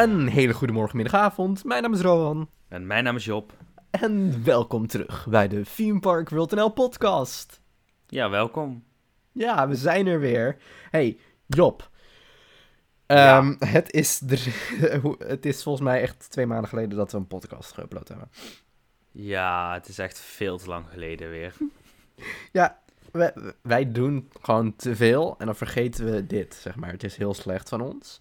Een hele goede morgen, middag, avond. Mijn naam is Rohan. En mijn naam is Job. En welkom terug bij de Theme Park World NL podcast. Ja, welkom. Ja, we zijn er weer. Hey, Job. Ja. Het is volgens mij echt 2 maanden geleden dat we een podcast geüpload hebben. Ja, het is echt veel te lang geleden weer. Ja, wij doen gewoon te veel en dan vergeten we dit, zeg maar. Het is heel slecht van ons.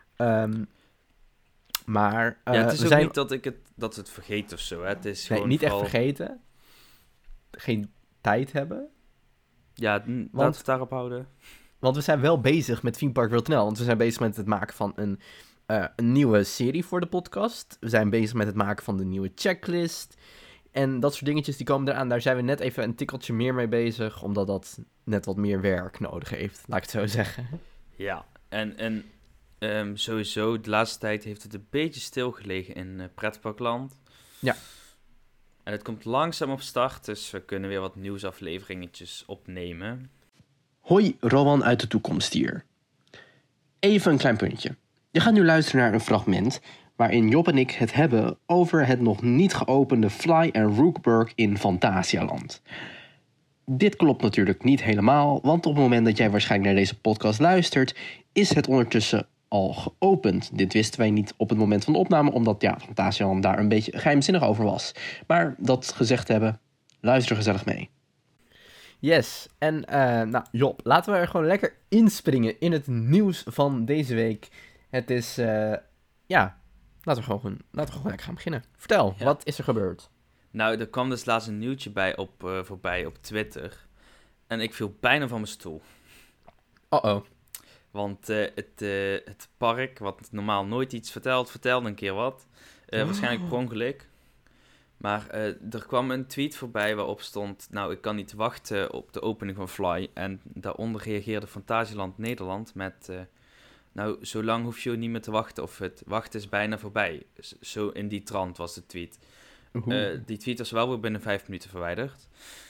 Maar Ja, het is we ook zijn... niet dat we het vergeten of zo, hè. Het is Nee, gewoon niet vooral... echt vergeten. Geen tijd hebben. Ja, laten we het daarop houden. Want we zijn wel bezig met Theme Park World NL. Want we zijn bezig met het maken van een nieuwe serie voor de podcast. We zijn bezig met het maken van de nieuwe checklist. En dat soort dingetjes die komen eraan. Daar zijn we net even een tikkeltje meer mee bezig. Omdat dat net wat meer werk nodig heeft. Laat ik het zo zeggen. Ja, en sowieso, de laatste tijd heeft het een beetje stilgelegen in pretparkland. Ja. En het komt langzaam op start, dus we kunnen weer wat nieuwsafleveringetjes opnemen. Hoi, Rowan uit de toekomst hier. Even een klein puntje. Je gaat nu luisteren naar een fragment waarin Job en ik het hebben over het nog niet geopende Fly and Rookburg in Fantasialand. Dit klopt natuurlijk niet helemaal, want op het moment dat jij waarschijnlijk naar deze podcast luistert, is het ondertussen al geopend. Dit wisten wij niet op het moment van de opname, omdat Fantasialand daar een beetje geheimzinnig over was. Maar dat gezegd hebben, luister gezellig mee. Yes, en nou Job, laten we er gewoon lekker inspringen in het nieuws van deze week. Het is, laten we gewoon lekker gaan beginnen. Vertel, Ja. Wat is er gebeurd? Nou, er kwam dus laatst een nieuwtje voorbij op Twitter. En ik viel bijna van mijn stoel. Oh. Want het park, wat normaal nooit iets vertelt, vertelde een keer wat. Waarschijnlijk per ongeluk. Maar er kwam een tweet voorbij waarop stond... Nou, ik kan niet wachten op de opening van Fly. En daaronder reageerde Fantasieland Nederland met... nou, zo lang hoef je niet meer te wachten. Of het wachten is bijna voorbij. Zo in die trant was de tweet. Die tweet was wel weer binnen 5 minuten verwijderd.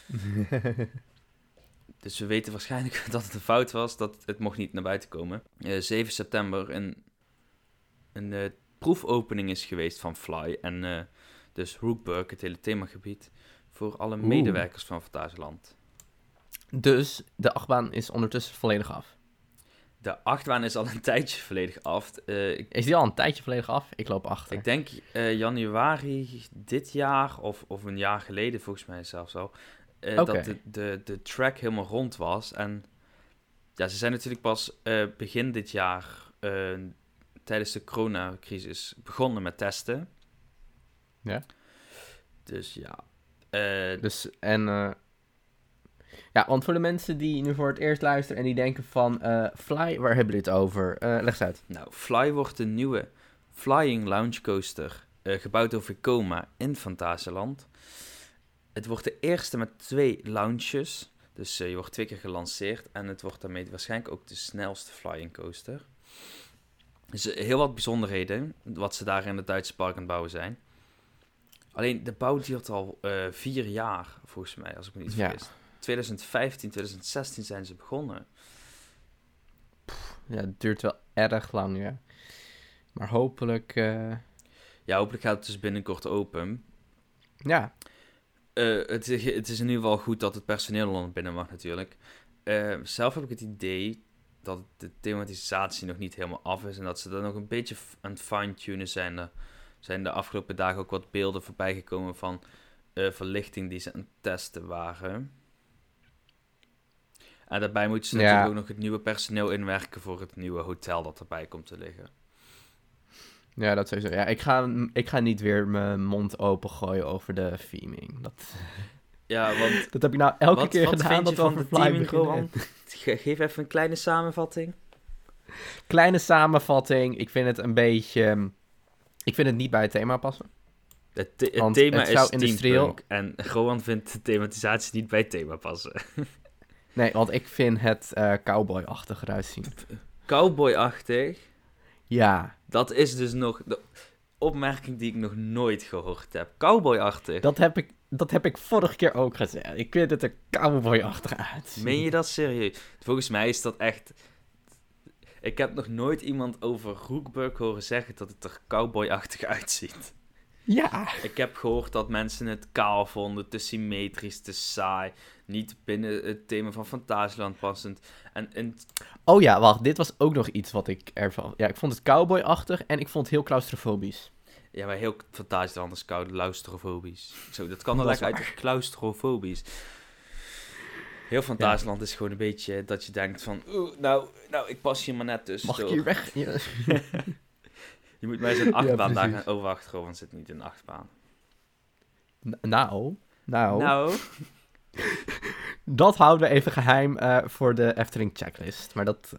Dus we weten waarschijnlijk dat het een fout was, dat het mocht niet naar buiten komen. 7 september een proefopening is geweest van Fly. En dus Rookburg, het hele themagebied, voor alle medewerkers van Fantasieland. Dus de achtbaan is ondertussen volledig af. De achtbaan is al een tijdje volledig af. Is die al een tijdje volledig af? Ik loop achter. Ik denk januari dit jaar, of een jaar geleden volgens mij zelfs al... Oké. Dat de track helemaal rond was. En ja, ze zijn natuurlijk pas begin dit jaar, tijdens de coronacrisis, begonnen met testen. Ja. Dus ja. Ja, want voor de mensen die nu voor het eerst luisteren en die denken van... Fly, waar hebben we dit over? Leg eens uit. Nou, Fly wordt een nieuwe Flying Lounge Coaster, gebouwd door Vekoma in Fantasieland. Het wordt de eerste met 2 lounges. Dus je wordt 2 keer gelanceerd. En het wordt daarmee waarschijnlijk ook de snelste flying coaster. Dus heel wat bijzonderheden. Wat ze daar in het Duitse park aan het bouwen zijn. Alleen de bouw duurt al 4 jaar, volgens mij, als ik me niet vergis. 2015, 2016 zijn ze begonnen. Ja, het duurt wel erg lang, ja. Maar hopelijk... Ja, hopelijk gaat het dus binnenkort open. Ja. Het is in ieder geval goed dat het personeel er binnen mag natuurlijk. Zelf heb ik het idee dat de thematisatie nog niet helemaal af is. En dat ze er nog een beetje aan het fine-tunen zijn. Er zijn de afgelopen dagen ook wat beelden voorbij gekomen van verlichting die ze aan het testen waren. En daarbij moeten ze natuurlijk ook nog het nieuwe personeel inwerken voor het nieuwe hotel dat erbij komt te liggen. Ja, dat sowieso. Ja, ik ga niet weer mijn mond open gooien over de theming. Ja, want... Dat heb ik nou elke keer wat gedaan. Vind je dat van we de Fly theming, beginnen. Rowan? Geef even een kleine samenvatting. Kleine samenvatting. Ik vind het een beetje... Ik vind het niet bij het thema passen. Het Want thema het is zou industrieel- steampunk. En Rowan vindt de thematisatie niet bij het thema passen. Nee, want ik vind het cowboy-achtig eruit zien. Cowboy-achtig. Ja. Dat is dus nog de opmerking die ik nog nooit gehoord heb. Cowboy-achtig. Dat heb ik vorige keer ook gezegd. Ik vind het er cowboy-achtig uitzien. Meen je dat serieus? Volgens mij is dat echt... Ik heb nog nooit iemand over Rookburg horen zeggen dat het er cowboyachtig uitziet. Ja. Ik heb gehoord dat mensen het kaal vonden, te symmetrisch, te saai, niet binnen het thema van Fantasieland passend. En Oh ja, wacht. Dit was ook nog iets wat ik ervan... Ja, ik vond het cowboyachtig en ik vond het heel claustrofobisch. ja, maar heel Fantasieland is koud, claustrofobisch. Zo, dat kan er Dat is lekker uit, claustrofobisch. Heel Fantasieland is gewoon een beetje dat je denkt van, nou, ik pas hier maar net tussen. Mag ik hier weg? Ja. Je moet mij zo'n achtbaan daar precies. gaan overwachten, want het zit niet in een achtbaan. Nou. Nou, Dat houden we even geheim voor de Efteling checklist. Maar dat...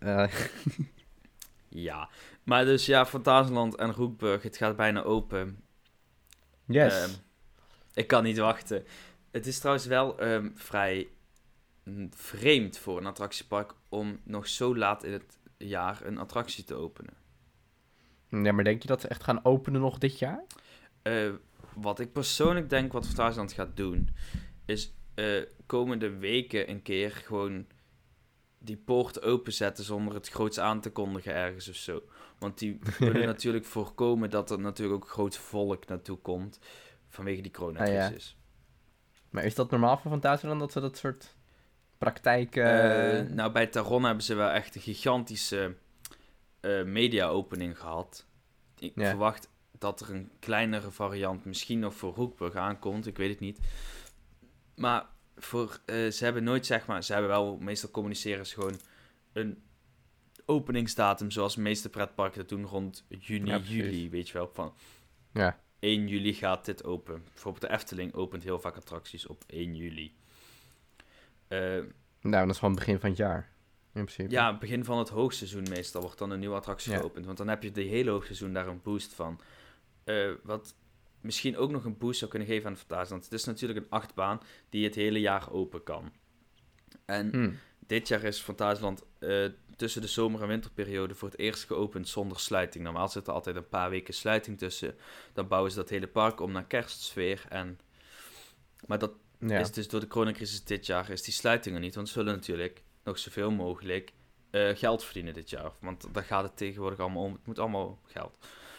ja. Maar dus ja, Fantasieland en Rookburg, het gaat bijna open. Yes. Ik kan niet wachten. Het is trouwens wel vrij vreemd voor een attractiepark om nog zo laat in het jaar een attractie te openen. Ja, maar denk je dat ze echt gaan openen nog dit jaar? Wat ik persoonlijk denk wat Fantasieland gaat doen, is komende weken een keer gewoon die poort openzetten zonder het groots aan te kondigen ergens of zo. Want die willen natuurlijk voorkomen dat er natuurlijk ook groot volk naartoe komt vanwege die coronacrisis. Maar is dat normaal voor Fantasieland dat ze dat soort praktijken... Nou, bij Taron hebben ze wel echt een gigantische media-opening gehad. Ik verwacht dat er een kleinere variant misschien nog voor Rookburg aankomt. Ik weet het niet. Maar ze hebben nooit, zeg maar... Ze hebben wel, meestal communiceren ze gewoon een openingsdatum, zoals de meeste pretparken dat doen rond juni, juli, weet je wel. Van 1 juli gaat dit open. Bijvoorbeeld de Efteling opent heel vaak attracties op 1 juli. Nou, dat is gewoon begin van het jaar. In principe. Ja, begin van het hoogseizoen meestal wordt dan een nieuwe attractie geopend. Want dan heb je de hele hoogseizoen daar een boost van. Wat misschien ook nog een boost zou kunnen geven aan Fantasieland. Het is natuurlijk een achtbaan die het hele jaar open kan. En dit jaar is Fantasieland tussen de zomer- en winterperiode voor het eerst geopend zonder sluiting. Normaal zit er altijd een paar weken sluiting tussen. Dan bouwen ze dat hele park om naar kerstsfeer. Maar dat is dus door de coronacrisis dit jaar is die sluiting er niet. Want ze willen natuurlijk nog zoveel mogelijk geld verdienen dit jaar. Want daar gaat het tegenwoordig allemaal om. Het moet allemaal geld.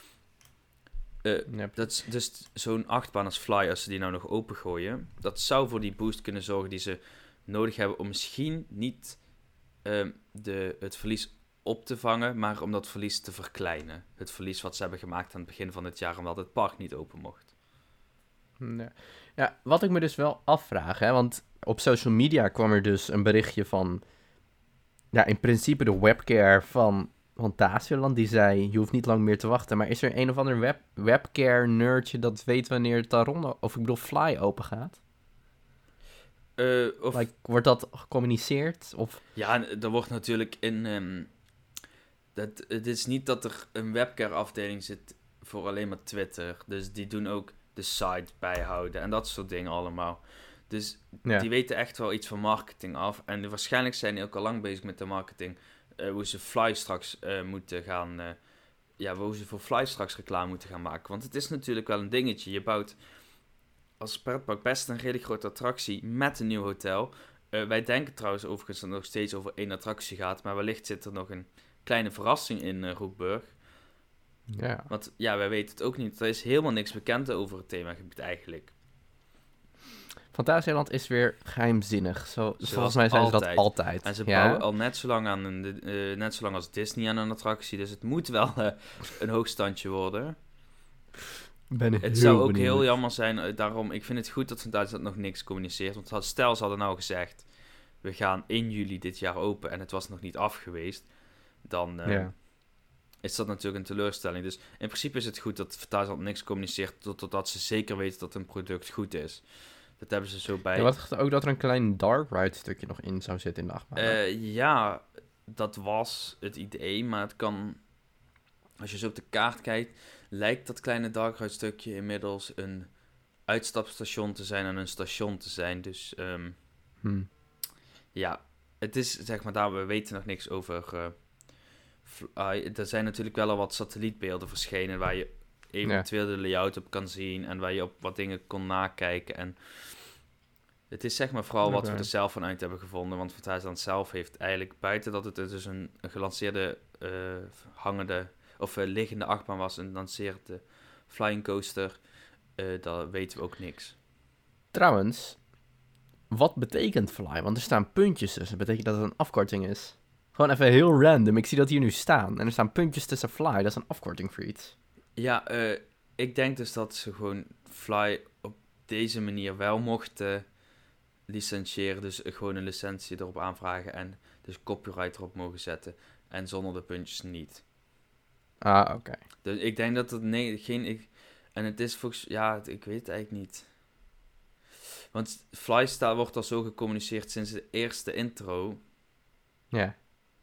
Dat is dus zo'n achtbaan als Fly, als ze die nou nog opengooien, dat zou voor die boost kunnen zorgen die ze nodig hebben om misschien niet het verlies op te vangen, maar om dat verlies te verkleinen. Het verlies wat ze hebben gemaakt aan het begin van het jaar, omdat het park niet open mocht. Ja, wat ik me dus wel afvraag, hè, want op social media kwam er dus een berichtje van, ja, in principe de webcare van Fantasieland, die zei, je hoeft niet lang meer te wachten, maar is er een of ander webcare nerdje dat weet wanneer Taron, of ik bedoel Fly, open gaat? Wordt dat gecommuniceerd? Of... Ja, er wordt natuurlijk het is niet dat er een webcare afdeling zit voor alleen maar Twitter. Dus die doen ook de site bijhouden en dat soort dingen allemaal. Dus die weten echt wel iets van marketing af. En waarschijnlijk zijn die ook al lang bezig met de marketing. Hoe ze Fly straks moeten gaan... hoe ze voor Fly straks reclame moeten gaan maken. Want het is natuurlijk wel een dingetje. Je bouwt als pretpark best een redelijk grote attractie met een nieuw hotel. Wij denken trouwens overigens dat het nog steeds over 1 attractie gaat. Maar wellicht zit er nog een kleine verrassing in Rookburg. Ja. Want ja, wij weten het ook niet. Er is helemaal niks bekend over het themagebied eigenlijk. Fantasieland is weer geheimzinnig. Volgens mij zijn ze dat altijd. En ze bouwen al net zo lang net zo lang als Disney aan een attractie. Dus het moet wel een hoogstandje worden. Het zou ook heel jammer zijn. Daarom, ik vind het goed dat Fantasieland nog niks communiceert. Want stel, ze hadden nou gezegd, we gaan 1 juli dit jaar open en het was nog niet af geweest. Dan is dat natuurlijk een teleurstelling. Dus in principe is het goed dat Fantasieland niks communiceert totdat ze zeker weten dat een product goed is. Dat hebben ze zo bij... Ja, wat dacht ook dat er een klein dark ride stukje nog in zou zitten in de achtbaan? Ja, dat was het idee, maar het kan... Als je zo op de kaart kijkt, lijkt dat kleine dark ride stukje inmiddels een uitstapstation te zijn en een station te zijn. Dus ja, het is zeg maar daar, we weten nog niks over... er zijn natuurlijk wel al wat satellietbeelden verschenen waar je eventueel de layout op kan zien en waar je op wat dingen kon nakijken. En Het is zeg maar vooral wat we Oké. er zelf van uit hebben gevonden. Want Fantasyland zelf heeft eigenlijk, buiten dat het dus een gelanceerde hangende of liggende achtbaan was, een lanceerde flying coaster, daar weten we ook niks. Trouwens, wat betekent fly? Want er staan puntjes tussen. Betekent dat het een afkorting is? Gewoon even heel random. Ik zie dat hier nu staan. En er staan puntjes tussen fly. Dat is een afkorting voor iets. Ja, ik denk dus dat ze gewoon Fly op deze manier wel mochten licentiëren. Dus gewoon een licentie erop aanvragen en dus copyright erop mogen zetten. En zonder de puntjes niet. Ah, oké. Dus ik denk dat het en het is volgens... Ja, ik weet het eigenlijk niet. Want Flystyle wordt al zo gecommuniceerd sinds de eerste intro. Ja.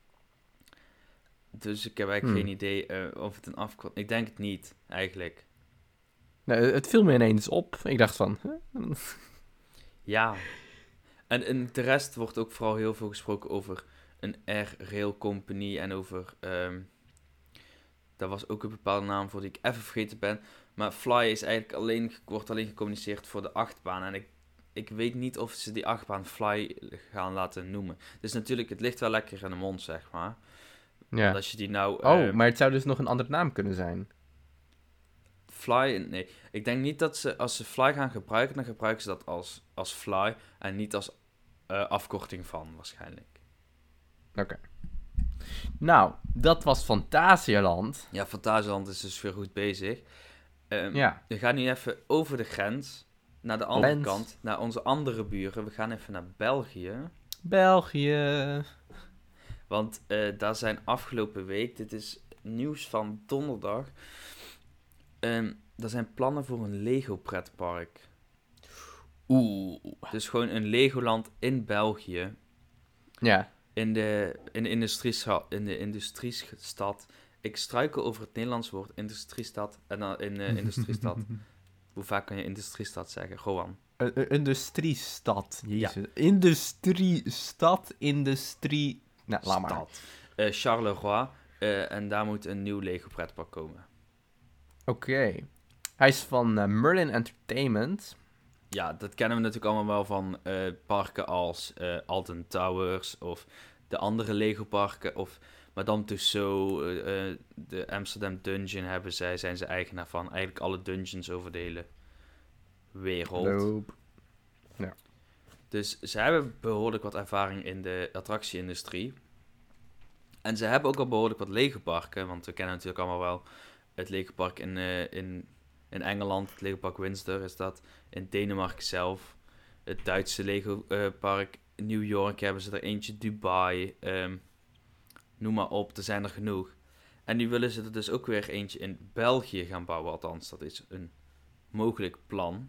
Dus ik heb eigenlijk geen idee of het een afkorting... Ik denk het niet, eigenlijk. Nee, het viel me ineens op. Ik dacht van... huh? Ja. En de rest wordt ook vooral heel veel gesproken over een R-Rail Company en over... daar was ook een bepaalde naam voor die ik even vergeten ben. Maar Fly is eigenlijk wordt alleen gecommuniceerd voor de achtbaan. En ik weet niet of ze die achtbaan Fly gaan laten noemen. Dus natuurlijk, het ligt wel lekker in de mond, zeg maar. Ja. Want als je die nou... Maar het zou dus nog een andere naam kunnen zijn. Fly, nee. Ik denk niet dat ze, als ze Fly gaan gebruiken, dan gebruiken ze dat als Fly en niet als afkorting van, waarschijnlijk. Oké. Nou, dat was Fantasialand. Ja, Fantasieland is dus weer goed bezig. Ja. We gaan nu even over de grens, naar de andere Lens. kant, naar onze andere buren. We gaan even naar België. België. Want daar zijn afgelopen week, dit is nieuws van donderdag, er zijn plannen voor een Lego pretpark. Oeh. Dus gewoon een Legoland in België. Ja. In de industriestad. Ik struikel over het Nederlands woord industriestad. En dan in industriestad. Hoe vaak kan je industriestad zeggen? Gewoon. Een industriestad. Jezus. Industriestad. Nou, laat maar. Stad. Charleroi. En daar moet een nieuw Lego pretpark komen. Oké. Hij is van Merlin Entertainment. Ja, dat kennen we natuurlijk allemaal wel van parken als Alton Towers of de andere Lego parken of Madame Tussauds, de Amsterdam Dungeon zijn ze eigenaar van. Eigenlijk alle dungeons over de hele wereld. Dope. Dus ze hebben behoorlijk wat ervaring in de attractie-industrie. En ze hebben ook al behoorlijk wat Lego parken, want we kennen natuurlijk allemaal wel het Lego park in Engeland, het Lego Park Windsor is dat. In Denemarken zelf. Het Duitse Lego park. In New York hebben ze er eentje. Dubai. Noem maar op. Er zijn er genoeg. En nu willen ze er dus ook weer eentje in België gaan bouwen. Althans, dat is een mogelijk plan.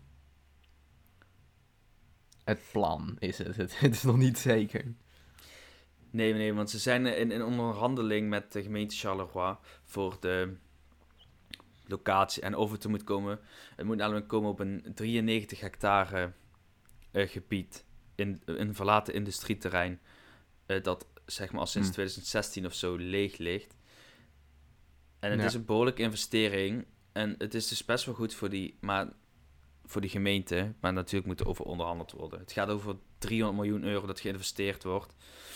Het plan is het. Het is nog niet zeker. Nee, want ze zijn in onderhandeling met de gemeente Charleroi voor de locatie en of het er moet komen. Het moet namelijk komen op een 93 hectare gebied in een verlaten industrieterrein dat zeg maar al sinds 2016 of zo leeg ligt. En het is een behoorlijke investering en het is dus best wel goed voor die gemeente, maar natuurlijk moet er over onderhandeld worden. Het gaat over 300 miljoen euro dat geïnvesteerd wordt.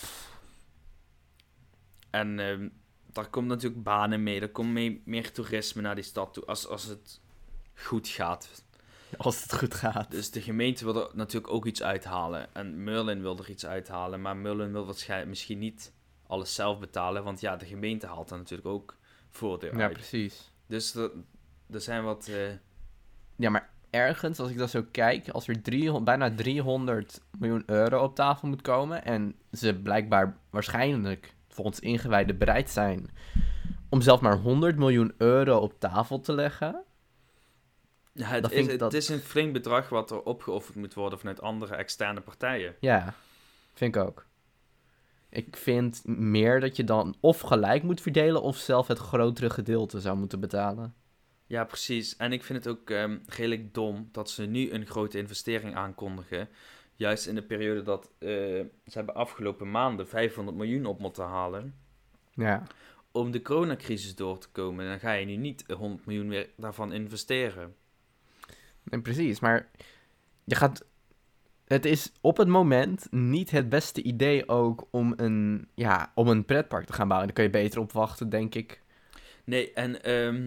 En daar komt natuurlijk banen mee. Er komt meer toerisme naar die stad toe. Als het goed gaat. Als het goed gaat. Dus de gemeente wil er natuurlijk ook iets uithalen. En Merlin wil er iets uithalen. Maar Merlin wil waarschijnlijk misschien niet alles zelf betalen. Want ja, de gemeente haalt er natuurlijk ook voordeel uit. Ja, precies. Dus er zijn wat... Ja, maar ergens, als ik dat zo kijk, als er bijna 300 miljoen euro op tafel moet komen en ze blijkbaar waarschijnlijk volgens ingewijden bereid zijn om zelf maar 100 miljoen euro op tafel te leggen. Ja, het is een flink bedrag wat er opgeofferd moet worden vanuit andere externe partijen. Ja, vind ik ook. Ik vind meer dat je dan of gelijk moet verdelen of zelf het grotere gedeelte zou moeten betalen. Ja, precies. En ik vind het ook redelijk dom dat ze nu een grote investering aankondigen. Juist in de periode dat ze hebben afgelopen maanden 500 miljoen op moeten halen. Ja. Om de coronacrisis door te komen. Dan ga je nu niet 100 miljoen weer daarvan investeren. Nee, precies. Maar je gaat Het is op het moment niet het beste idee ook om een pretpark te gaan bouwen. Daar kun je beter op wachten, denk ik. Nee, en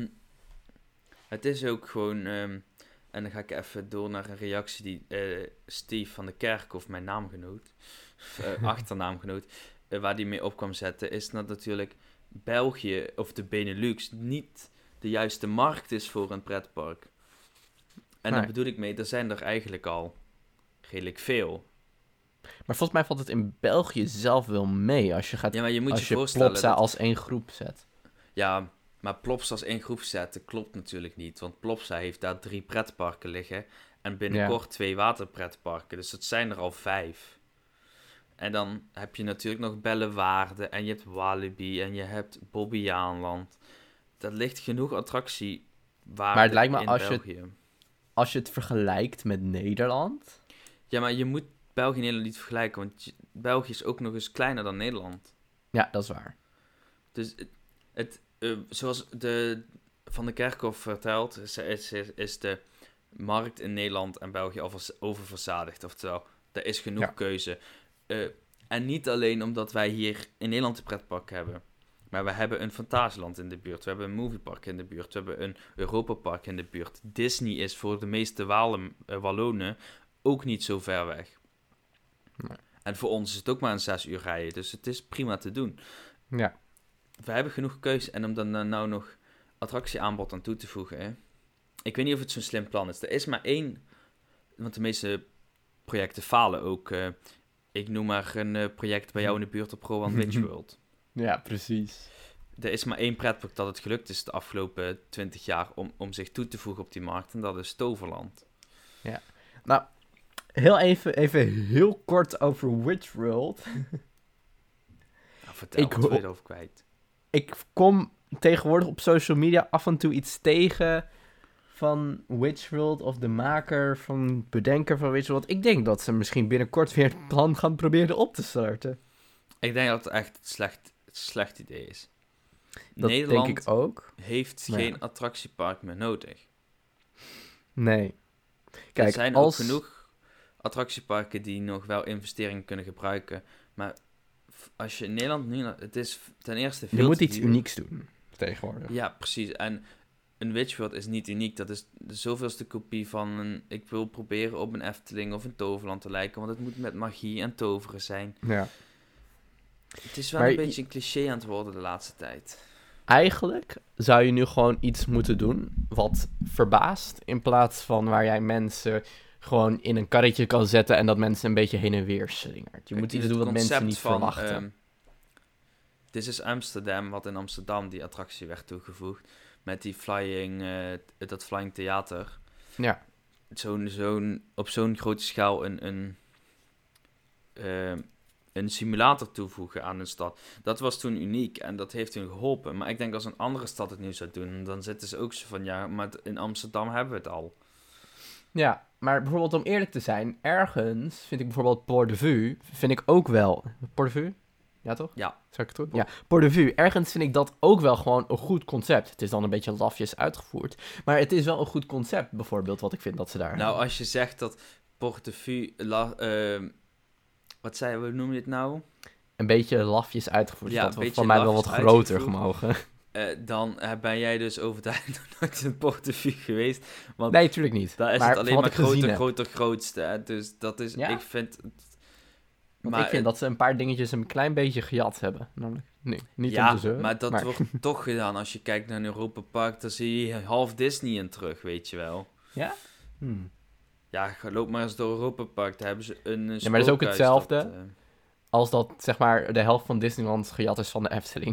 het is ook gewoon... en dan ga ik even door naar een reactie die Steve van de Kerkhof, mijn naamgenoot, achternaamgenoot, waar die mee op kwam zetten, is dat natuurlijk België of de Benelux niet de juiste markt is voor een pretpark. En daar bedoel ik mee, er zijn er eigenlijk al redelijk veel. Maar volgens mij valt het in België zelf wel mee als je gaat... Ja, maar je moet als je je voorstellen Plopsa als één groep zet. Ja, maar Plopsa als één groep zetten klopt natuurlijk niet. Want Plopsa heeft daar 3 pretparken liggen. En binnenkort 2 waterpretparken. Dus dat zijn er al 5. En dan heb je natuurlijk nog Bellewaarde. En je hebt Walibi. En je hebt Bobbejaanland. Dat ligt genoeg attractie Maar het lijkt me in als België. als je het vergelijkt met Nederland... Ja, maar je moet België en Nederland niet vergelijken. Want België is ook nog eens kleiner dan Nederland. Ja, dat is waar. Dus zoals de Van de Kerkhof vertelt, is de markt in Nederland en België oververzadigd. Oftewel, er is genoeg keuze. En niet alleen omdat wij hier in Nederland een pretpark hebben. Maar we hebben een Fantasieland in de buurt. We hebben een Moviepark in de buurt. We hebben een Europapark in de buurt. Disney is voor de meeste Wallonen ook niet zo ver weg. Nee. En voor ons is het ook maar een 6 uur rijden. Dus het is prima te doen. Ja. We hebben genoeg keuze. En om dan nou nog attractieaanbod aan toe te voegen. Hè? Ik weet niet of het zo'n slim plan is. Er is maar 1... Want de meeste projecten falen ook. Ik noem maar een project bij jou in de buurt op Rowan Beach World. Ja, precies. Er is maar 1 pretpark dat het gelukt is de afgelopen 20 jaar om zich toe te voegen op die markt. En dat is Toverland. Ja. Nou, even heel kort over Witch World. Nou, vertel, wat wil je erover kwijt? Ik kom tegenwoordig op social media af en toe iets tegen van Witch World of de maker van bedenker van Witch World. Ik denk dat ze misschien binnenkort weer het plan gaan proberen op te starten. Ik denk dat het echt een slecht idee is. Dat Nederland denk ik ook. heeft geen attractiepark meer nodig. Nee. Kijk, er zijn ook genoeg attractieparken die nog wel investeringen kunnen gebruiken. Maar als je in Nederland nu... Het is ten eerste veel je moet te iets duur. unieks doen tegenwoordig. Ja, precies. En een Witch World is niet uniek. Dat is de zoveelste kopie van een... Ik wil proberen op een Efteling of een Toverland te lijken. Want het moet met magie en toveren zijn. Ja. Het is wel Maar een beetje een cliché aan het worden de laatste tijd. Eigenlijk zou je nu gewoon iets moeten doen wat verbaast. In plaats van waar jij mensen gewoon in een karretje kan zetten en dat mensen een beetje heen en weer slingert. Je moet iets doen wat mensen niet verwachten. This is Amsterdam, wat in Amsterdam die attractie werd toegevoegd. Met die dat flying theater. Ja. Op zo'n grote schaal een simulator toevoegen aan een stad. Dat was toen uniek en dat heeft toen geholpen. Maar ik denk als een andere stad het nu zou doen, dan zitten ze ook zo van, ja, maar in Amsterdam hebben we het al. Ja, maar bijvoorbeeld om eerlijk te zijn, ergens vind ik bijvoorbeeld Port de Vue, vind ik ook wel... Port de Vue? Ja, toch? Ja. Zeg ik het goed? Ja, Port de Vue. Ergens vind ik dat ook wel gewoon een goed concept. Het is dan een beetje lafjes uitgevoerd. Maar het is wel een goed concept, bijvoorbeeld, wat ik vind dat ze daar Nou, als je zegt dat Port de Vue... hoe noem je het nou? Een beetje lafjes uitgevoerd. Ja, dat wordt van mij wel wat groter gemogen. Dan ben jij dus overtuigd nog nooit in Port de Vue geweest. Want nee, natuurlijk niet. Daar is maar het alleen maar grootste. Hè? Dus dat is... Ja? Ik vind... Want ik vind dat ze een paar dingetjes een klein beetje gejat hebben. Namelijk, nee, niet om te zeuren. Maar dat wordt toch gedaan. Als je kijkt naar een Europa Park, dan zie je half Disney in terug, weet je wel. Ja? Ja, loop maar eens door Europa Park. Daar hebben ze een ja, maar dat is ook hetzelfde als dat, zeg maar, de helft van Disneyland gejat is van de Efteling.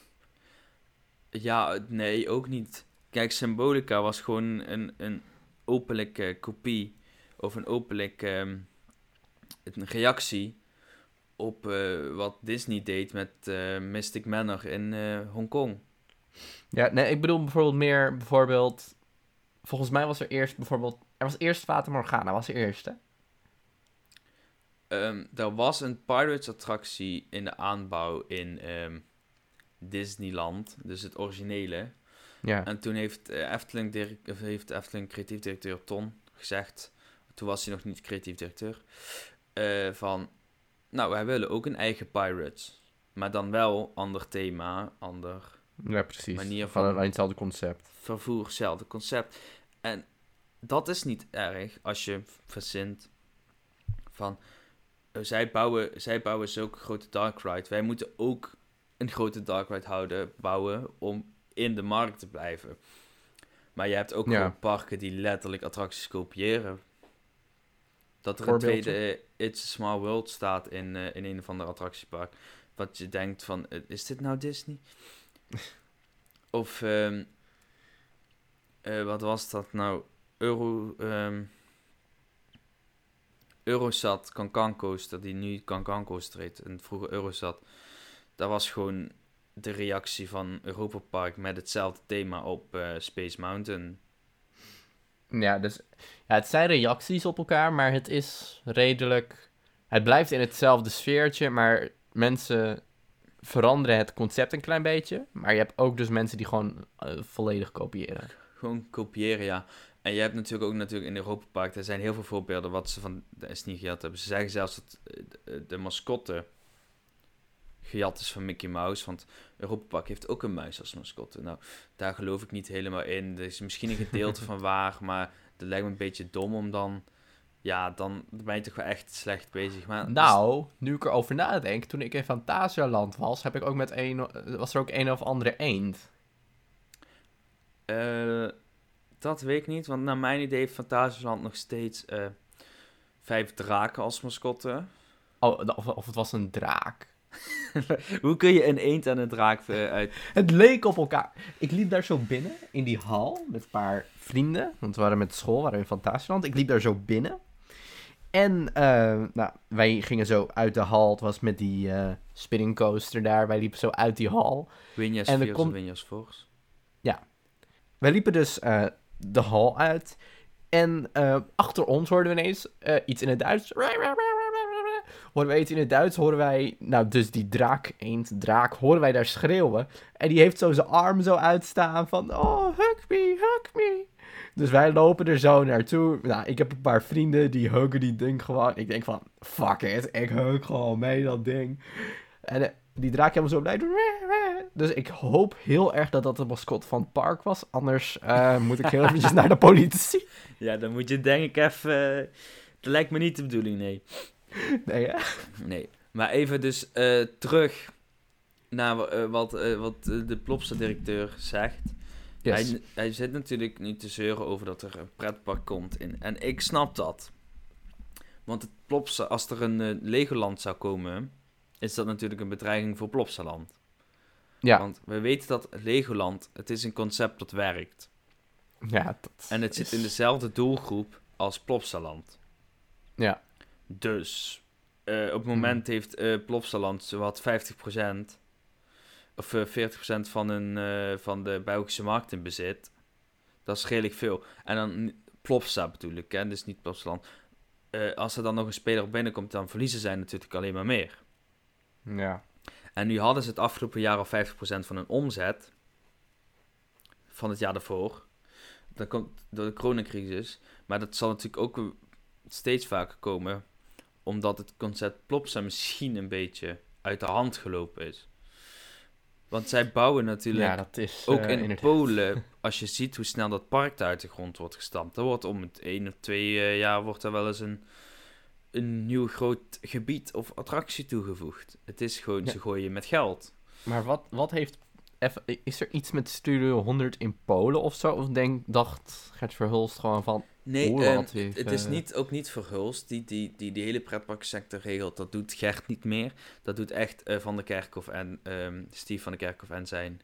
Ja, nee, ook niet. Kijk, Symbolica was gewoon een openlijke kopie of een openlijke een reactie op wat Disney deed met Mystic Manor in Hongkong. Ja, nee, ik bedoel bijvoorbeeld... Volgens mij was er eerst bijvoorbeeld... Er was eerst Fata Morgana, was er eerst, hè? Er was een Pirates-attractie in de aanbouw in Disneyland, dus het originele. Ja. En toen heeft Efteling creatief directeur Ton gezegd... toen was hij nog niet creatief directeur, van, nou, wij willen ook een eigen Pirates. Maar dan wel ander thema, ander Ja, precies. manier Van van alleen hetzelfde concept. vervoer, hetzelfde concept. En dat is niet erg als je verzint van, zij bouwen zulke grote dark ride. Wij moeten ook een grote dark ride bouwen om in de markt te blijven. Maar je hebt ook gewoon parken die letterlijk attracties kopiëren. Dat er een tweede It's a Small World staat in een of ander attractiepark. Wat je denkt van, is dit nou Disney? Of, wat was dat nou? Eurosat Cancan Coaster, die nu Cancan Coaster heet, en vroeger Eurosat. Dat was gewoon de reactie van Europa Park met hetzelfde thema op Space Mountain. Ja, dus het zijn reacties op elkaar, maar het is redelijk... Het blijft in hetzelfde sfeertje, maar mensen veranderen het concept een klein beetje. Maar je hebt ook dus mensen die gewoon volledig kopiëren. Gewoon kopiëren, ja. En je hebt natuurlijk ook in Europa Park, er zijn heel veel voorbeelden wat ze van de Disney gejat hebben. Ze zeggen zelfs dat de mascotte gejat is van Mickey Mouse, want Europa Park heeft ook een muis als mascotte. Nou, daar geloof ik niet helemaal in. Er is misschien een gedeelte van waar, maar dat lijkt me een beetje dom om dan... Ja, dan ben je toch wel echt slecht bezig. Maar nou, nu ik erover nadenk, toen ik in Fantasialand was, heb ik ook was er ook een of andere eend. Dat weet ik niet, want naar mijn idee heeft Fantasialand nog steeds 5 draken als mascotte. Oh, of het was een draak. Hoe kun je een eend en een draak uit... Het leek op elkaar. Ik liep daar zo binnen, in die hal, met een paar vrienden. Want we waren met school, we waren in Fantasieland. Ik liep daar zo binnen. En wij gingen zo uit de hal. Het was met die spinning coaster daar. Wij liepen zo uit die hal. Winjas Fears en Winjas Force. Ja. Wij liepen dus de hal uit. En achter ons hoorden we ineens iets in het Duits. Horen wij iets in het Duits, horen wij... Nou, dus die draak, horen wij daar schreeuwen. En die heeft zo zijn arm zo uitstaan van... Oh, hug me. Dus wij lopen er zo naartoe. Nou, ik heb een paar vrienden die huggen die ding gewoon. Ik denk van, fuck it, ik hug gewoon mee dat ding. En die draak helemaal zo blij doen. Dus ik hoop heel erg dat dat de mascotte van het park was. Anders moet ik heel eventjes naar de politie. Ja, dan moet je denk ik even... Dat lijkt me niet de bedoeling, nee. Nee, hè? Nee. Maar even dus terug naar wat de Plopsa-directeur zegt. Yes. Hij zit natuurlijk niet te zeuren over dat er een pretpark komt. En ik snap dat. Want het Plopsa, als er een Legoland zou komen, is dat natuurlijk een bedreiging voor Plopsaland. Ja. Want we weten dat Legoland, het is een concept dat werkt. Ja, en het zit in dezelfde doelgroep als Plopsaland. Ja. Dus op het moment heeft Plopsaland zowat 50% of 40% van de Belgische markt in bezit. Dat is redelijk veel. En dan Plopsa bedoel ik, hè? Dus niet Plopsaland. Als er dan nog een speler op binnenkomt, dan verliezen zij natuurlijk alleen maar meer. Ja. En nu hadden ze het afgelopen jaar al 50% van hun omzet van het jaar daarvoor. Dat komt door de coronacrisis. Maar dat zal natuurlijk ook steeds vaker komen, omdat het concept Plopsa misschien een beetje uit de hand gelopen is. Want zij bouwen natuurlijk ook in Polen, als je ziet hoe snel dat park uit de grond wordt gestampt. Er wordt om het 1 of 2 jaar wordt er wel eens een nieuw groot gebied of attractie toegevoegd. Het is gewoon, ze gooien met geld. Maar wat heeft... is er iets met Studio 100 in Polen of zo? Of dacht Gert Verhulst gewoon van... Nee, het is ook niet Verhulst die hele pretparksector regelt. Dat doet Gert niet meer. Dat doet echt Van der Kerkhof en Steve van der Kerkhof en zijn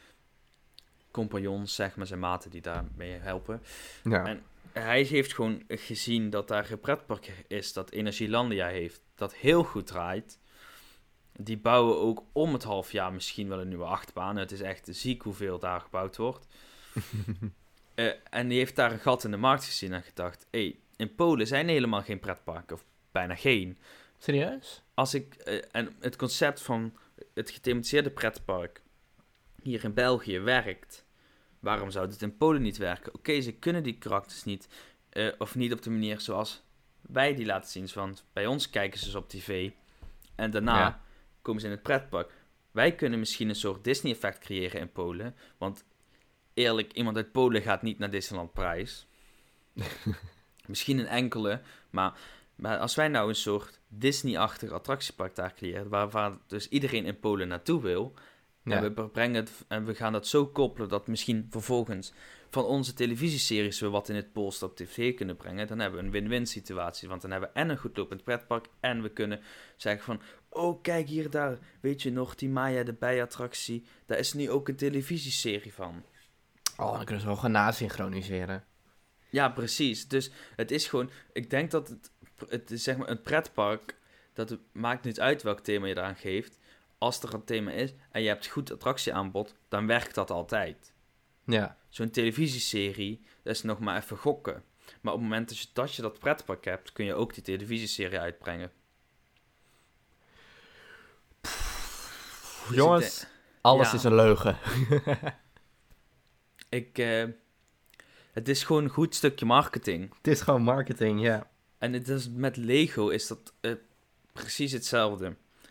compagnons, zeg maar, zijn maten die daarmee helpen. Ja. En hij heeft gewoon gezien dat daar een pretpark is dat Energielandia heeft, dat heel goed draait. Die bouwen ook om het half jaar misschien wel een nieuwe achtbaan. Het is echt ziek hoeveel daar gebouwd wordt. En die heeft daar een gat in de markt gezien en gedacht... in Polen zijn helemaal geen pretparken, of bijna geen. Serieus? En het concept van het gethematiseerde pretpark hier in België werkt. Waarom zou het in Polen niet werken? Oké, ze kunnen die karakters niet, of niet op de manier zoals wij die laten zien. Want bij ons kijken ze op tv. En daarna komen ze in het pretpark. Wij kunnen misschien een soort Disney-effect creëren in Polen. Want eerlijk, iemand uit Polen gaat niet naar Disneyland Parijs. Misschien een enkele. Maar als wij nou een soort Disney-achtig attractiepark daar creëren. Waar dus iedereen in Polen naartoe wil. Ja. En we gaan dat zo koppelen dat misschien vervolgens van onze televisieseries we wat in het Pools op tv kunnen brengen. Dan hebben we een win-win situatie. Want dan hebben we en een goedlopend pretpark. En we kunnen zeggen van, oh kijk hier daar. Weet je nog, die Maya de bijenattractie. Daar is nu ook een televisieserie van. Oh, dan kunnen ze wel gaan nasynchroniseren. Ja, precies. Dus het is gewoon, ik denk dat het is zeg maar een pretpark, dat het maakt niet uit welk thema je eraan geeft. Als er een thema is en je hebt goed attractieaanbod, dan werkt dat altijd. Ja. Zo'n televisieserie, dat is nog maar even gokken. Maar op het moment dat je dat pretpark hebt, kun je ook die televisieserie uitbrengen. Dus Jongens, alles is een leugen. Het is gewoon een goed stukje marketing. Het is gewoon marketing, ja. En het is, met Lego is dat precies hetzelfde.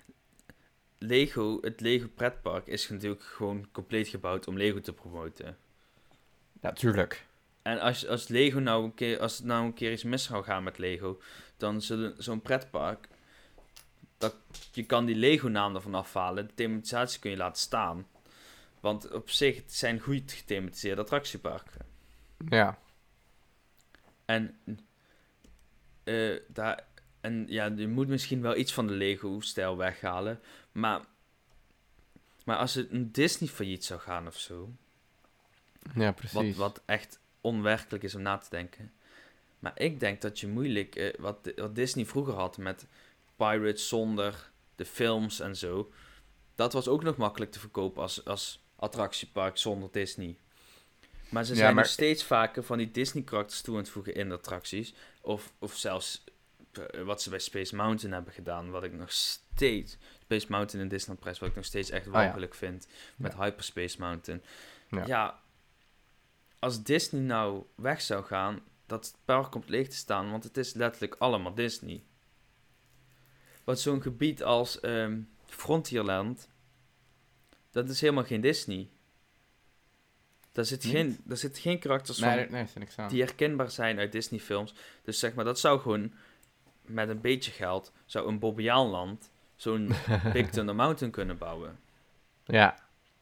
Het Lego pretpark is natuurlijk gewoon compleet gebouwd om Lego te promoten. Natuurlijk. En als Lego als het nou een keer iets mis zou gaan met Lego, dan zullen zo'n pretpark, je kan die Lego naam ervan afhalen, de thematisatie kun je laten staan. Want op zich het zijn goed gethematiseerde attractieparken. Ja. En je moet misschien wel iets van de Lego-stijl weghalen. Maar als het een Disney failliet zou gaan of zo. Ja, precies. Wat echt onwerkelijk is om na te denken. Maar ik denk dat je moeilijk, wat Disney vroeger had met Pirates zonder de films en zo. Dat was ook nog makkelijk te verkopen als attractiepark zonder Disney. Maar ze zijn nog steeds vaker van die Disney-karakters toe aan het voegen in de attracties. Of zelfs wat ze bij Space Mountain hebben gedaan. Wat ik nog steeds... Space Mountain in Disneyland Parijs, wat ik nog steeds echt walgelijk vind. Met Hyperspace Mountain. Ja, als Disney nou weg zou gaan, dat het park komt leeg te staan. Want het is letterlijk allemaal Disney. Want zo'n gebied als Frontierland, dat is helemaal geen Disney. Daar zitten geen karakters van die herkenbaar zijn uit Disney-films. Dus zeg maar, dat zou gewoon met een beetje geld, zou een Bobbejaanland zo'n Big Thunder Mountain kunnen bouwen. Ja.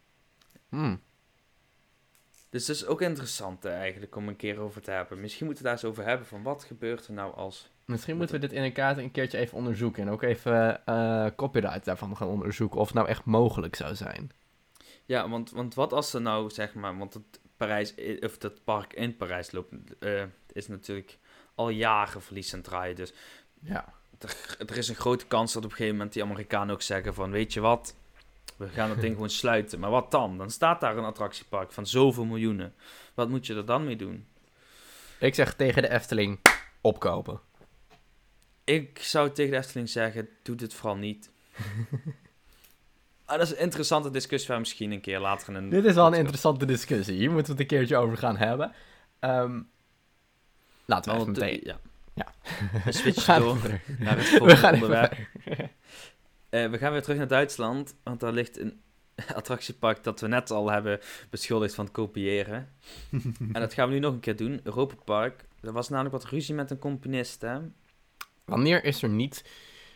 Dus dat is ook interessant eigenlijk om een keer over te hebben. Misschien moeten we daar eens over hebben van wat gebeurt er nou als... Misschien moeten we dit in een keertje even onderzoeken. En ook even copyright daarvan gaan onderzoeken of het nou echt mogelijk zou zijn. Ja, want wat als er nou, zeg maar... Want het park in Parijs loopt... is natuurlijk al jaren verlies aan het draaien. Dus ja. Er is een grote kans dat op een gegeven moment die Amerikanen ook zeggen van... Weet je wat? We gaan dat ding gewoon sluiten. Maar wat dan? Dan staat daar een attractiepark van zoveel miljoenen. Wat moet je er dan mee doen? Ik zeg tegen de Efteling, opkopen. Ik zou tegen de Efteling zeggen, doe dit vooral niet. Dat is een interessante discussie waar misschien een keer later... Dit is wel een interessante discussie. Hier moeten we het een keertje over gaan hebben. Laten we even meteen... Ja. We switchen door naar het volgende onderwerp. We gaan weer terug naar Duitsland, want daar ligt een attractiepark dat we net al hebben beschuldigd van het kopiëren. En dat gaan we nu nog een keer doen, Europa Park. Er was namelijk wat ruzie met een componist, hè? Wanneer is er niet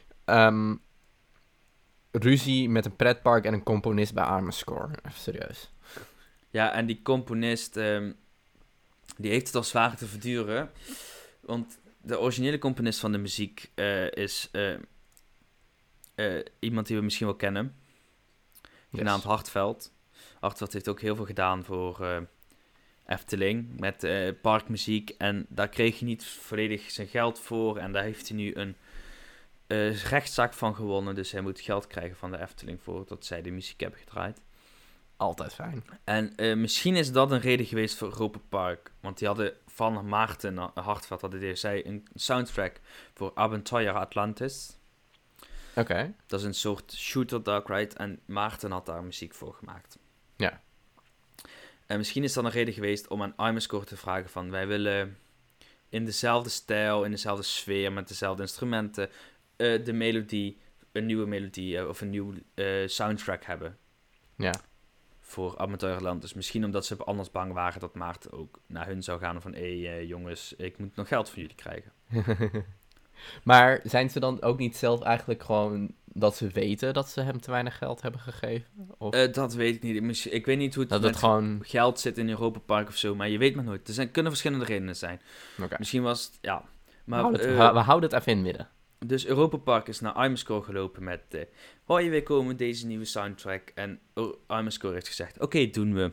ruzie met een pretpark en een componist bij Amersfoort? Even serieus. Ja, en die componist, die heeft het al zwaar te verduren. Want de originele componist van de muziek is iemand die we misschien wel kennen. Genaamd Hartveld. Hartveld heeft ook heel veel gedaan voor Efteling met parkmuziek. En daar kreeg hij niet volledig zijn geld voor. En daar heeft hij nu een rechtszaak van gewonnen. Dus hij moet geld krijgen van de Efteling voor dat zij de muziek hebben gedraaid. Altijd fijn. En misschien is dat een reden geweest voor Europa Park. Want die hadden van Maarten Hartveld een soundtrack voor Abenteuer Atlantis. Oké. Dat is een soort shooter dark ride. En Maarten had daar muziek voor gemaakt. Ja. En misschien is dat een reden geweest om aan Amersfoort te vragen van... Wij willen in dezelfde stijl, in dezelfde sfeer, met dezelfde instrumenten, de melodie, een nieuwe melodie of een nieuwe soundtrack hebben. Ja. Voor Avontuurland. Dus misschien omdat ze anders bang waren dat Maarten ook naar hun zou gaan van... jongens, ik moet nog geld van jullie krijgen. Maar zijn ze dan ook niet zelf eigenlijk gewoon dat ze weten dat ze hem te weinig geld hebben gegeven? Of Dat weet ik niet. Ik weet niet hoe het dat met het gewoon... geld zit in Europa Park of zo, maar je weet maar nooit. Kunnen verschillende redenen zijn. Oké. Misschien was het, ja... Maar, we houden het even in het midden. Dus Europa Park is naar Imascore gelopen met... hoi, wij komen met deze nieuwe soundtrack. En Imascore heeft gezegd, oké, doen we.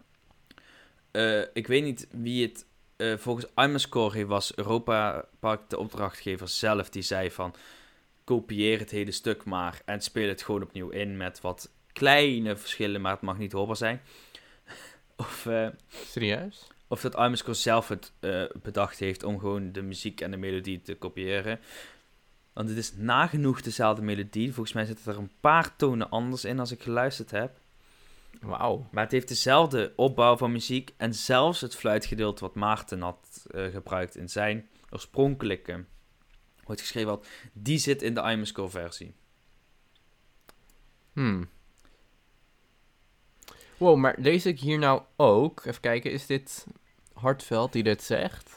Ik weet niet wie het... volgens Imascore was Europa Park de opdrachtgever zelf die zei van... kopieer het hele stuk maar en speel het gewoon opnieuw in met wat kleine verschillen, maar het mag niet hoorbaar zijn. Serieus? Of dat Imascore zelf het bedacht heeft om gewoon de muziek en de melodie te kopiëren. Want het is nagenoeg dezelfde melodie. Volgens mij zitten er een paar tonen anders in als ik geluisterd heb. Wauw. Maar het heeft dezelfde opbouw van muziek. En zelfs het fluitgedeelte wat Maarten had gebruikt in zijn oorspronkelijke... wordt geschreven had, die zit in de Imascore versie. Wow, maar lees ik hier nou ook... Even kijken, is dit Hartveld die dit zegt?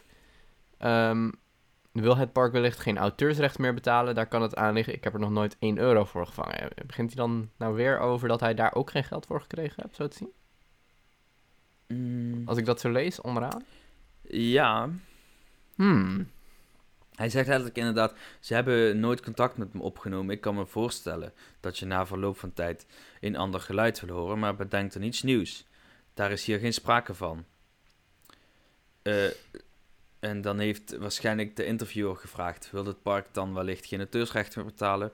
Wil het park wellicht geen auteursrecht meer betalen? Daar kan het aan liggen. Ik heb er nog nooit €1 voor gevangen. Begint hij dan nou weer over dat hij daar ook geen geld voor gekregen heeft, zo te zien? Als ik dat zo lees, onderaan? Ja. Hij zegt eigenlijk inderdaad, ze hebben nooit contact met hem opgenomen. Ik kan me voorstellen dat je na verloop van tijd een ander geluid wil horen, maar bedenk er niets nieuws. Daar is hier geen sprake van. En dan heeft waarschijnlijk de interviewer gevraagd, wil het park dan wellicht geen auteursrecht meer betalen?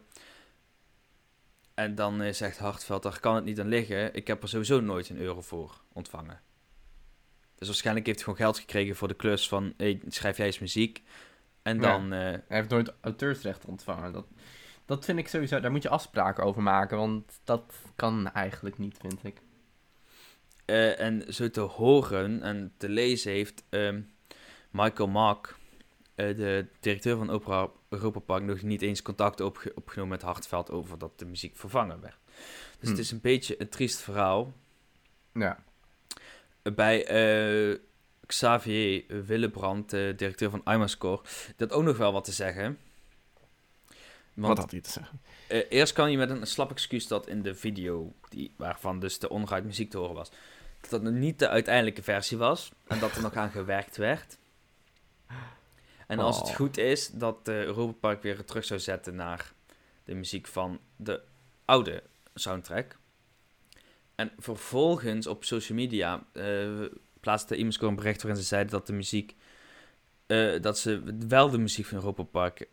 En dan zegt Hartveld, daar kan het niet aan liggen. Ik heb er sowieso nooit €1 voor ontvangen. Dus waarschijnlijk heeft hij gewoon geld gekregen voor de klus van, hey, schrijf jij eens muziek. En dan... Hij heeft nooit auteursrecht ontvangen. Dat vind ik sowieso... Daar moet je afspraken over maken, want dat kan eigenlijk niet, vind ik. En zo te horen en te lezen heeft Michael Mack, de directeur van Europa Park, nog niet eens contact opgenomen met Hartveld over dat de muziek vervangen werd. Dus het is een beetje een triest verhaal. Ja. Bij Xavier Willebrand, de directeur van Imascore, dat ook nog wel wat te zeggen. Want, wat had hij te zeggen? Eerst kan je met een slap excuus dat in de video, waarvan dus de onderuit muziek te horen was, dat dat nog niet de uiteindelijke versie was en dat er nog aan gewerkt werd. En als het goed is, dat Europa Park weer terug zou zetten naar de muziek van de oude soundtrack. En vervolgens op social media plaatste Imascore een bericht waarin ze zeiden dat de muziek, dat ze wel de muziek van Europa Park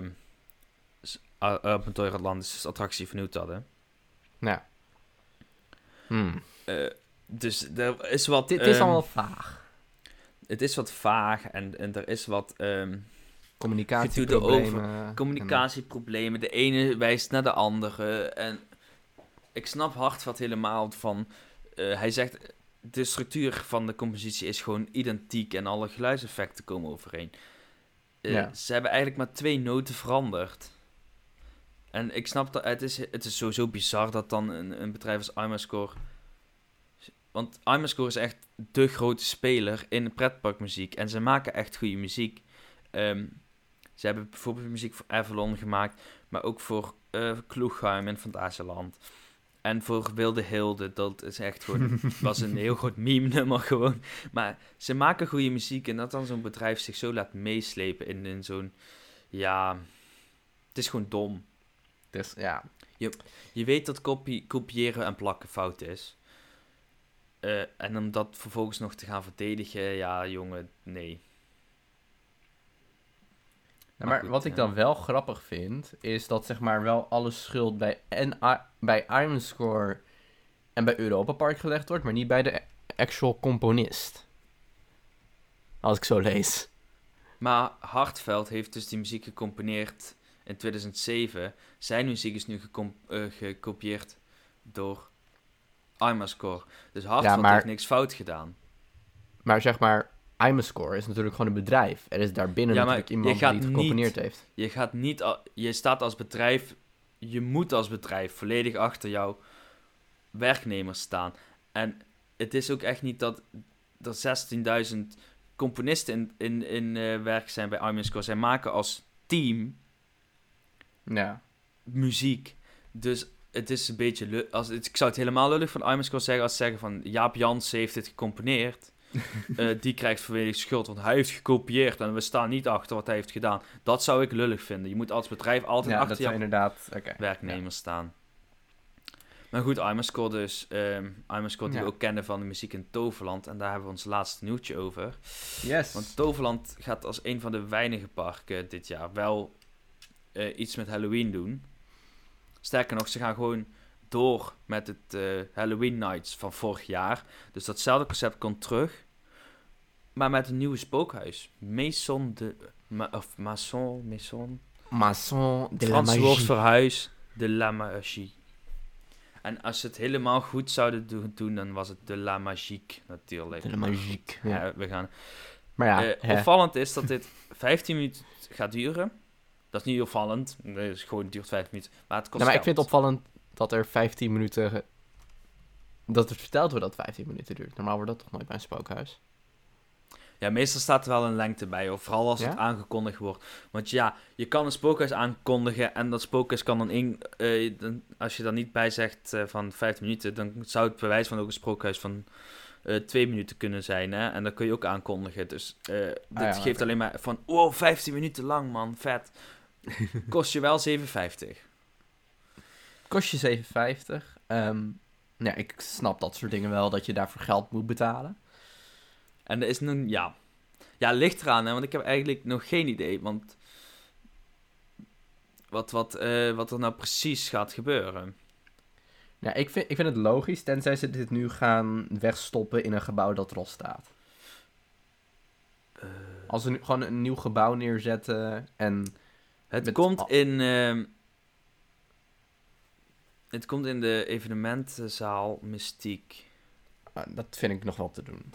op een Toyotland attractie vernieuwd hadden. Ja. Dus er is wat... Dit is allemaal vaag. Het is wat vaag en er is wat... communicatieproblemen. Communicatieproblemen. De ene wijst naar de andere. En ik snap Hartveld helemaal van... hij zegt, de structuur van de compositie is gewoon identiek en alle geluidseffecten komen overeen. Ze hebben eigenlijk maar 2 noten veranderd. En ik snap dat het is sowieso bizar dat dan een bedrijf als Imascore... Want Imascore is echt de grote speler in pretparkmuziek. En ze maken echt goede muziek. Ze hebben bijvoorbeeld muziek voor Avalon gemaakt. Maar ook voor Kloegheim in Fantasieland. En voor Wilde Hilde. Dat is echt gewoon... was een heel groot meme-nummer gewoon. Maar ze maken goede muziek. En dat dan zo'n bedrijf zich zo laat meeslepen in zo'n... Ja... Het is gewoon dom. Dus ja... Je weet dat kopiëren en plakken fout is. En om dat vervolgens nog te gaan verdedigen, ja, jongen, nee. Maar goed, wat ik dan wel grappig vind, is dat zeg maar wel alle schuld bij Imascore en bij Europa Park gelegd wordt, maar niet bij de actual componist. Als ik zo lees. Maar Hartveld heeft dus die muziek gecomponeerd in 2007. Zijn muziek is nu gekopieerd door Imascore. Dus Hartveld heeft niks fout gedaan. Maar zeg maar, IMAscore is natuurlijk gewoon een bedrijf. Er is daarbinnen Ja, maar natuurlijk iemand je die gaat het gecomponeerd heeft. Je staat als bedrijf, je moet als bedrijf volledig achter jouw werknemers staan. En het is ook echt niet dat er 16.000 componisten in werk zijn bij IMAscore. Zij maken als team Ja. muziek. Dus het is een beetje... ik zou het helemaal lullig van IMAscore zeggen als ze zeggen van Jaap Jansen heeft dit gecomponeerd. Die krijgt volledig schuld, want hij heeft gekopieerd en we staan niet achter wat hij heeft gedaan. Dat zou ik lullig vinden. Je moet als bedrijf altijd Ja, dat achter zou je inderdaad... Oké. werknemers staan. Maar goed, IMAscore dus. IMAscore die Ja. we ook kennen van de muziek in Toverland. En daar hebben we ons laatste nieuwtje over. Yes. Want Toverland gaat als een van de weinige parken dit jaar wel iets met Halloween doen. Sterker nog, ze gaan gewoon door met het Halloween Nights van vorig jaar. Dus datzelfde concept komt terug. Maar met een nieuwe spookhuis. Maison de la Frans woord Magie. voor huis, de la Magie. En als ze het helemaal goed zouden doen, dan was het de la Magique natuurlijk. De la Magique. Ja. Ja, we gaan. Maar ja, Opvallend is dat dit 15 minuten gaat duren. Dat is niet opvallend. Nee, het is gewoon, het duurt 5 minuten. Maar het kost Nou, maar ik geld. vind het opvallend dat er 15 minuten... Dat het verteld wordt dat 15 minuten duurt. Normaal wordt dat toch nooit bij een spookhuis? Ja, meestal staat er wel een lengte bij, of vooral als het Ja? aangekondigd wordt. Want ja, je kan een spookhuis aankondigen en dat spookhuis kan dan als je dan niet bij zegt van 15 minuten, dan zou het bewijs van ook een spookhuis van 2 minuten kunnen zijn, hè? En dat kun je ook aankondigen. Dus dit ja, geeft oké. alleen maar van, wow, 15 minuten lang, man, vet. Kost je wel 7,50. Kost je 7,50. Ja, ik snap dat soort dingen wel, dat je daarvoor geld moet betalen. En er is nu, ja, ligt eraan, hè, want ik heb eigenlijk nog geen idee, want wat er nou precies gaat gebeuren. Ja, ik vind het logisch, tenzij ze dit nu gaan wegstoppen in een gebouw dat er al staat. Als ze nu gewoon een nieuw gebouw neerzetten en... Het Met komt al- het komt in de evenementenzaal Mystiek. dat vind ik nog wel te doen.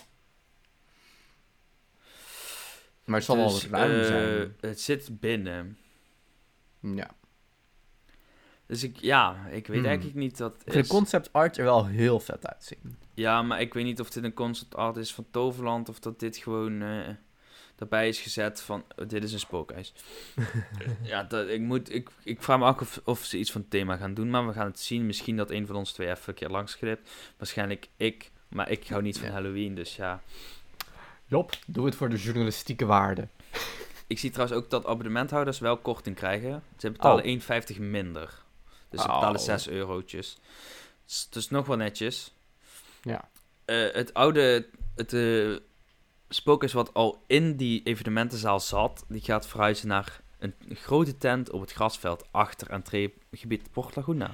Maar het zal wel Dus, ruim zijn. Het zit binnen. Ja. Dus ik weet eigenlijk niet wat het Ik vind is. de concept art er wel heel vet uitzien. Ja, maar ik weet niet of dit een concept art is van Toverland of dat dit gewoon daarbij is gezet van dit is een spookhuis. Ja, ik vraag me af of ze iets van het thema gaan doen, maar we gaan het zien. Misschien dat een van ons twee even een keer langsglipt. Waarschijnlijk ik, maar ik hou niet van Ja. Halloween, dus ja. Job, doe het voor de journalistieke waarde. Ik zie trouwens ook dat abonnementhouders wel korting krijgen. Ze betalen Oh. 1,50 minder. Dus ze Oh. betalen 6 eurotjes. Dus nog wel netjes. Ja. Het spookhuis wat al in die evenementenzaal zat, die gaat verhuizen naar een grote tent op het grasveld achter entreegebied Port Laguna.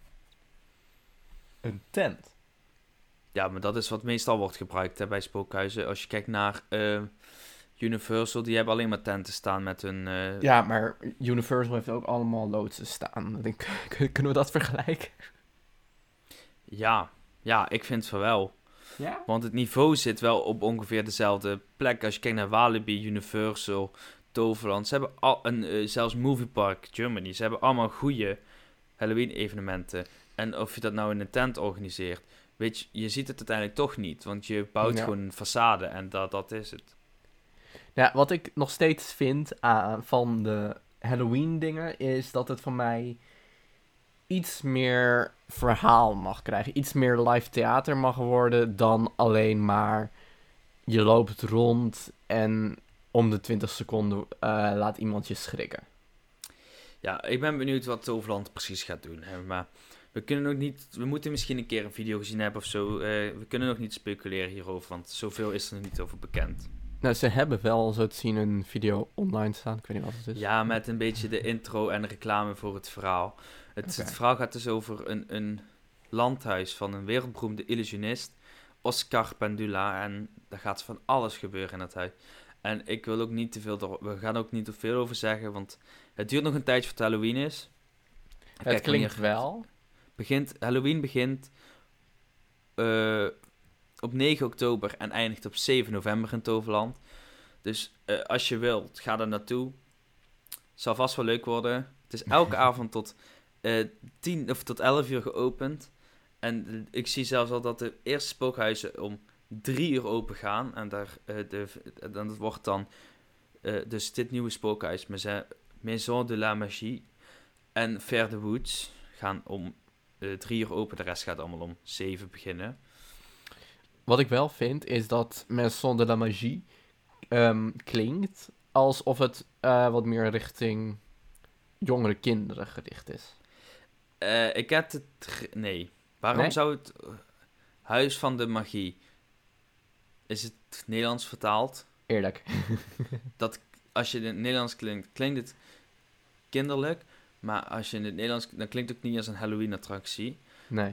Een tent? Ja, maar dat is wat meestal wordt gebruikt hè, bij spookhuizen. Als je kijkt naar Universal, die hebben alleen maar tenten staan met hun... Ja, maar Universal heeft ook allemaal loodsen staan. Kunnen we dat vergelijken? Ja, ik vind het wel. Ja? Want het niveau zit wel op ongeveer dezelfde plek. Als je kijkt naar Walibi, Universal, Toverland. Ze hebben zelfs Movie Park Germany. Ze hebben allemaal goede Halloween-evenementen. En of je dat nou in een tent organiseert, weet je ziet het uiteindelijk toch niet. Want je bouwt Ja. gewoon een façade en dat is het. Ja, wat ik nog steeds vind van de Halloween dingen is dat het van mij iets meer verhaal mag krijgen. Iets meer live theater mag worden dan alleen maar je loopt rond en om de 20 seconden laat iemand je schrikken. Ja, ik ben benieuwd wat Toverland precies gaat doen. Hè. Maar we moeten misschien een keer een video gezien hebben of zo. We kunnen nog niet speculeren hierover, want zoveel is er nog niet over bekend. Nou, ze hebben wel zo te zien een video online staan. Ik weet niet wat het is. Ja, met een beetje de intro en reclame voor het verhaal. Het Oké. verhaal gaat dus over een landhuis van een wereldberoemde illusionist, Oscar Pendula. En daar gaat van alles gebeuren in dat huis. En ik wil ook niet te veel we gaan ook niet te veel over zeggen, want het duurt nog een tijdje voordat Halloween is. Het Kijk, klinkt wanneer wel. Halloween begint op 9 oktober en eindigt op 7 november in Toverland. Dus als je wilt, ga er naartoe. Zal vast wel leuk worden. Het is elke avond tot 10 of tot 11 uur geopend. En ik zie zelfs al dat de eerste spookhuizen om 3 uur open gaan. En dat wordt dan dus dit nieuwe spookhuis, Maison de la Magie en Ver de Woods gaan om 3 uur open. De rest gaat allemaal om 7 beginnen. Wat ik wel vind, is dat Maison de la Magie klinkt alsof het wat meer richting jongere kinderen gericht is. Ik heb het... Nee. Waarom Nee? zou het... Huis van de Magie... Is het Nederlands vertaald? Eerlijk. Als je in het Nederlands klinkt het kinderlijk. Maar als je in het Nederlands... Dan klinkt het ook niet als een Halloween-attractie. Nee.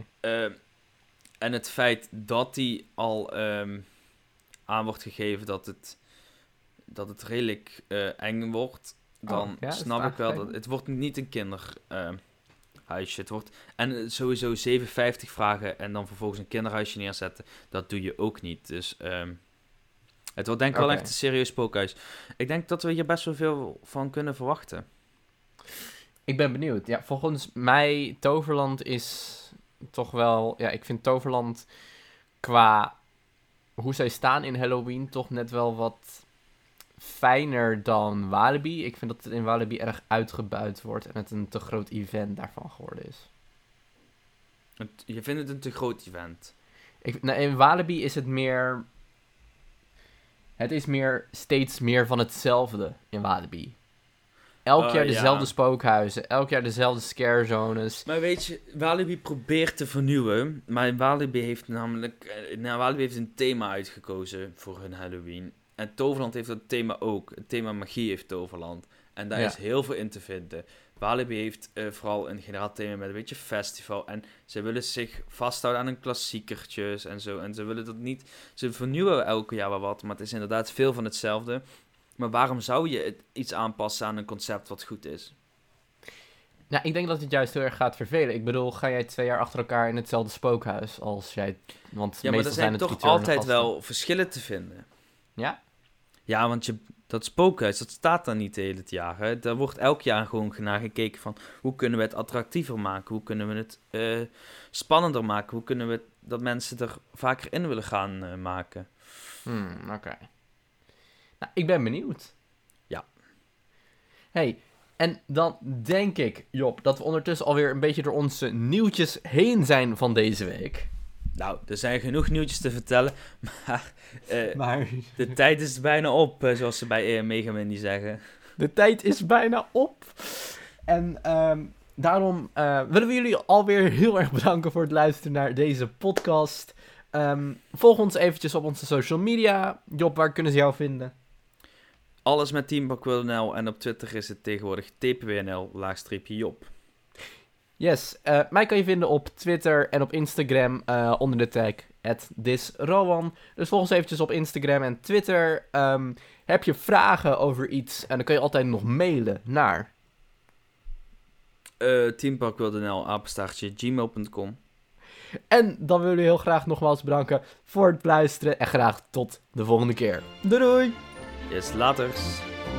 En het feit dat die al aan wordt gegeven dat het redelijk eng wordt... Dan ja, is het snap ik wel aangegeven? dat... Het wordt niet een kinderhuisje. Het wordt... En sowieso 7,50 vragen en dan vervolgens een kinderhuisje neerzetten. Dat doe je ook niet. Dus het wordt denk ik wel Oké. echt een serieus spookhuis. Ik denk dat we hier best wel veel van kunnen verwachten. Ik ben benieuwd. Ja, volgens mij, Toverland is toch wel... Ja, ik vind Toverland qua hoe zij staan in Halloween toch net wel wat fijner dan Walibi. Ik vind dat het in Walibi erg uitgebuit wordt en het een te groot event daarvan geworden is. Je vindt het een te groot event. In Walibi is het meer... Het is steeds meer van hetzelfde in Walibi. Elk jaar dezelfde ja. spookhuizen, elk jaar dezelfde scarezones. Maar weet je, Walibi probeert te vernieuwen. Maar Walibi heeft Walibi heeft een thema uitgekozen voor hun Halloween. En Toverland heeft dat thema ook. Het thema magie heeft Toverland. En daar Ja. is heel veel in te vinden. Walibi heeft vooral een generaal thema met een beetje festival. En ze willen zich vasthouden aan hun klassiekertjes en zo. En ze willen dat niet... Ze vernieuwen elke jaar wel wat, maar het is inderdaad veel van hetzelfde. Maar waarom zou je iets aanpassen aan een concept wat goed is? Nou, ik denk dat het juist heel erg gaat vervelen. Ik bedoel, ga jij 2 jaar achter elkaar in hetzelfde spookhuis als jij... Want Ja, maar meestal er zijn het toch return altijd gasten. wel verschillen te vinden. Ja? Ja, want dat spookhuis, dat staat daar niet het hele jaar. Hè? Daar wordt elk jaar gewoon naar gekeken van... Hoe kunnen we het attractiever maken? Hoe kunnen we het spannender maken? Hoe kunnen we dat mensen er vaker in willen gaan maken? Oké. Nou, ik ben benieuwd. Ja. Hey, en dan denk ik, Job, dat we ondertussen alweer een beetje door onze nieuwtjes heen zijn van deze week. Nou, er zijn genoeg nieuwtjes te vertellen, maar Maar de tijd is bijna op, zoals ze bij Mega Mindy zeggen. de tijd is bijna op. En daarom willen we jullie alweer heel erg bedanken voor het luisteren naar deze podcast. Volg ons eventjes op onze social media. Job, waar kunnen ze jou vinden? Alles met teampark.nl en op Twitter is het tegenwoordig tpwnl_Job. Yes, mij kan je vinden op Twitter en op Instagram onder de tag @thisrowan. Dus volg ons eventjes op Instagram en Twitter. Heb je vragen over iets en dan kun je altijd nog mailen naar... Teampark.nl @gmail.com. En dan willen we heel graag nogmaals bedanken voor het luisteren en graag tot de volgende keer. Doei doei! Yes, laters.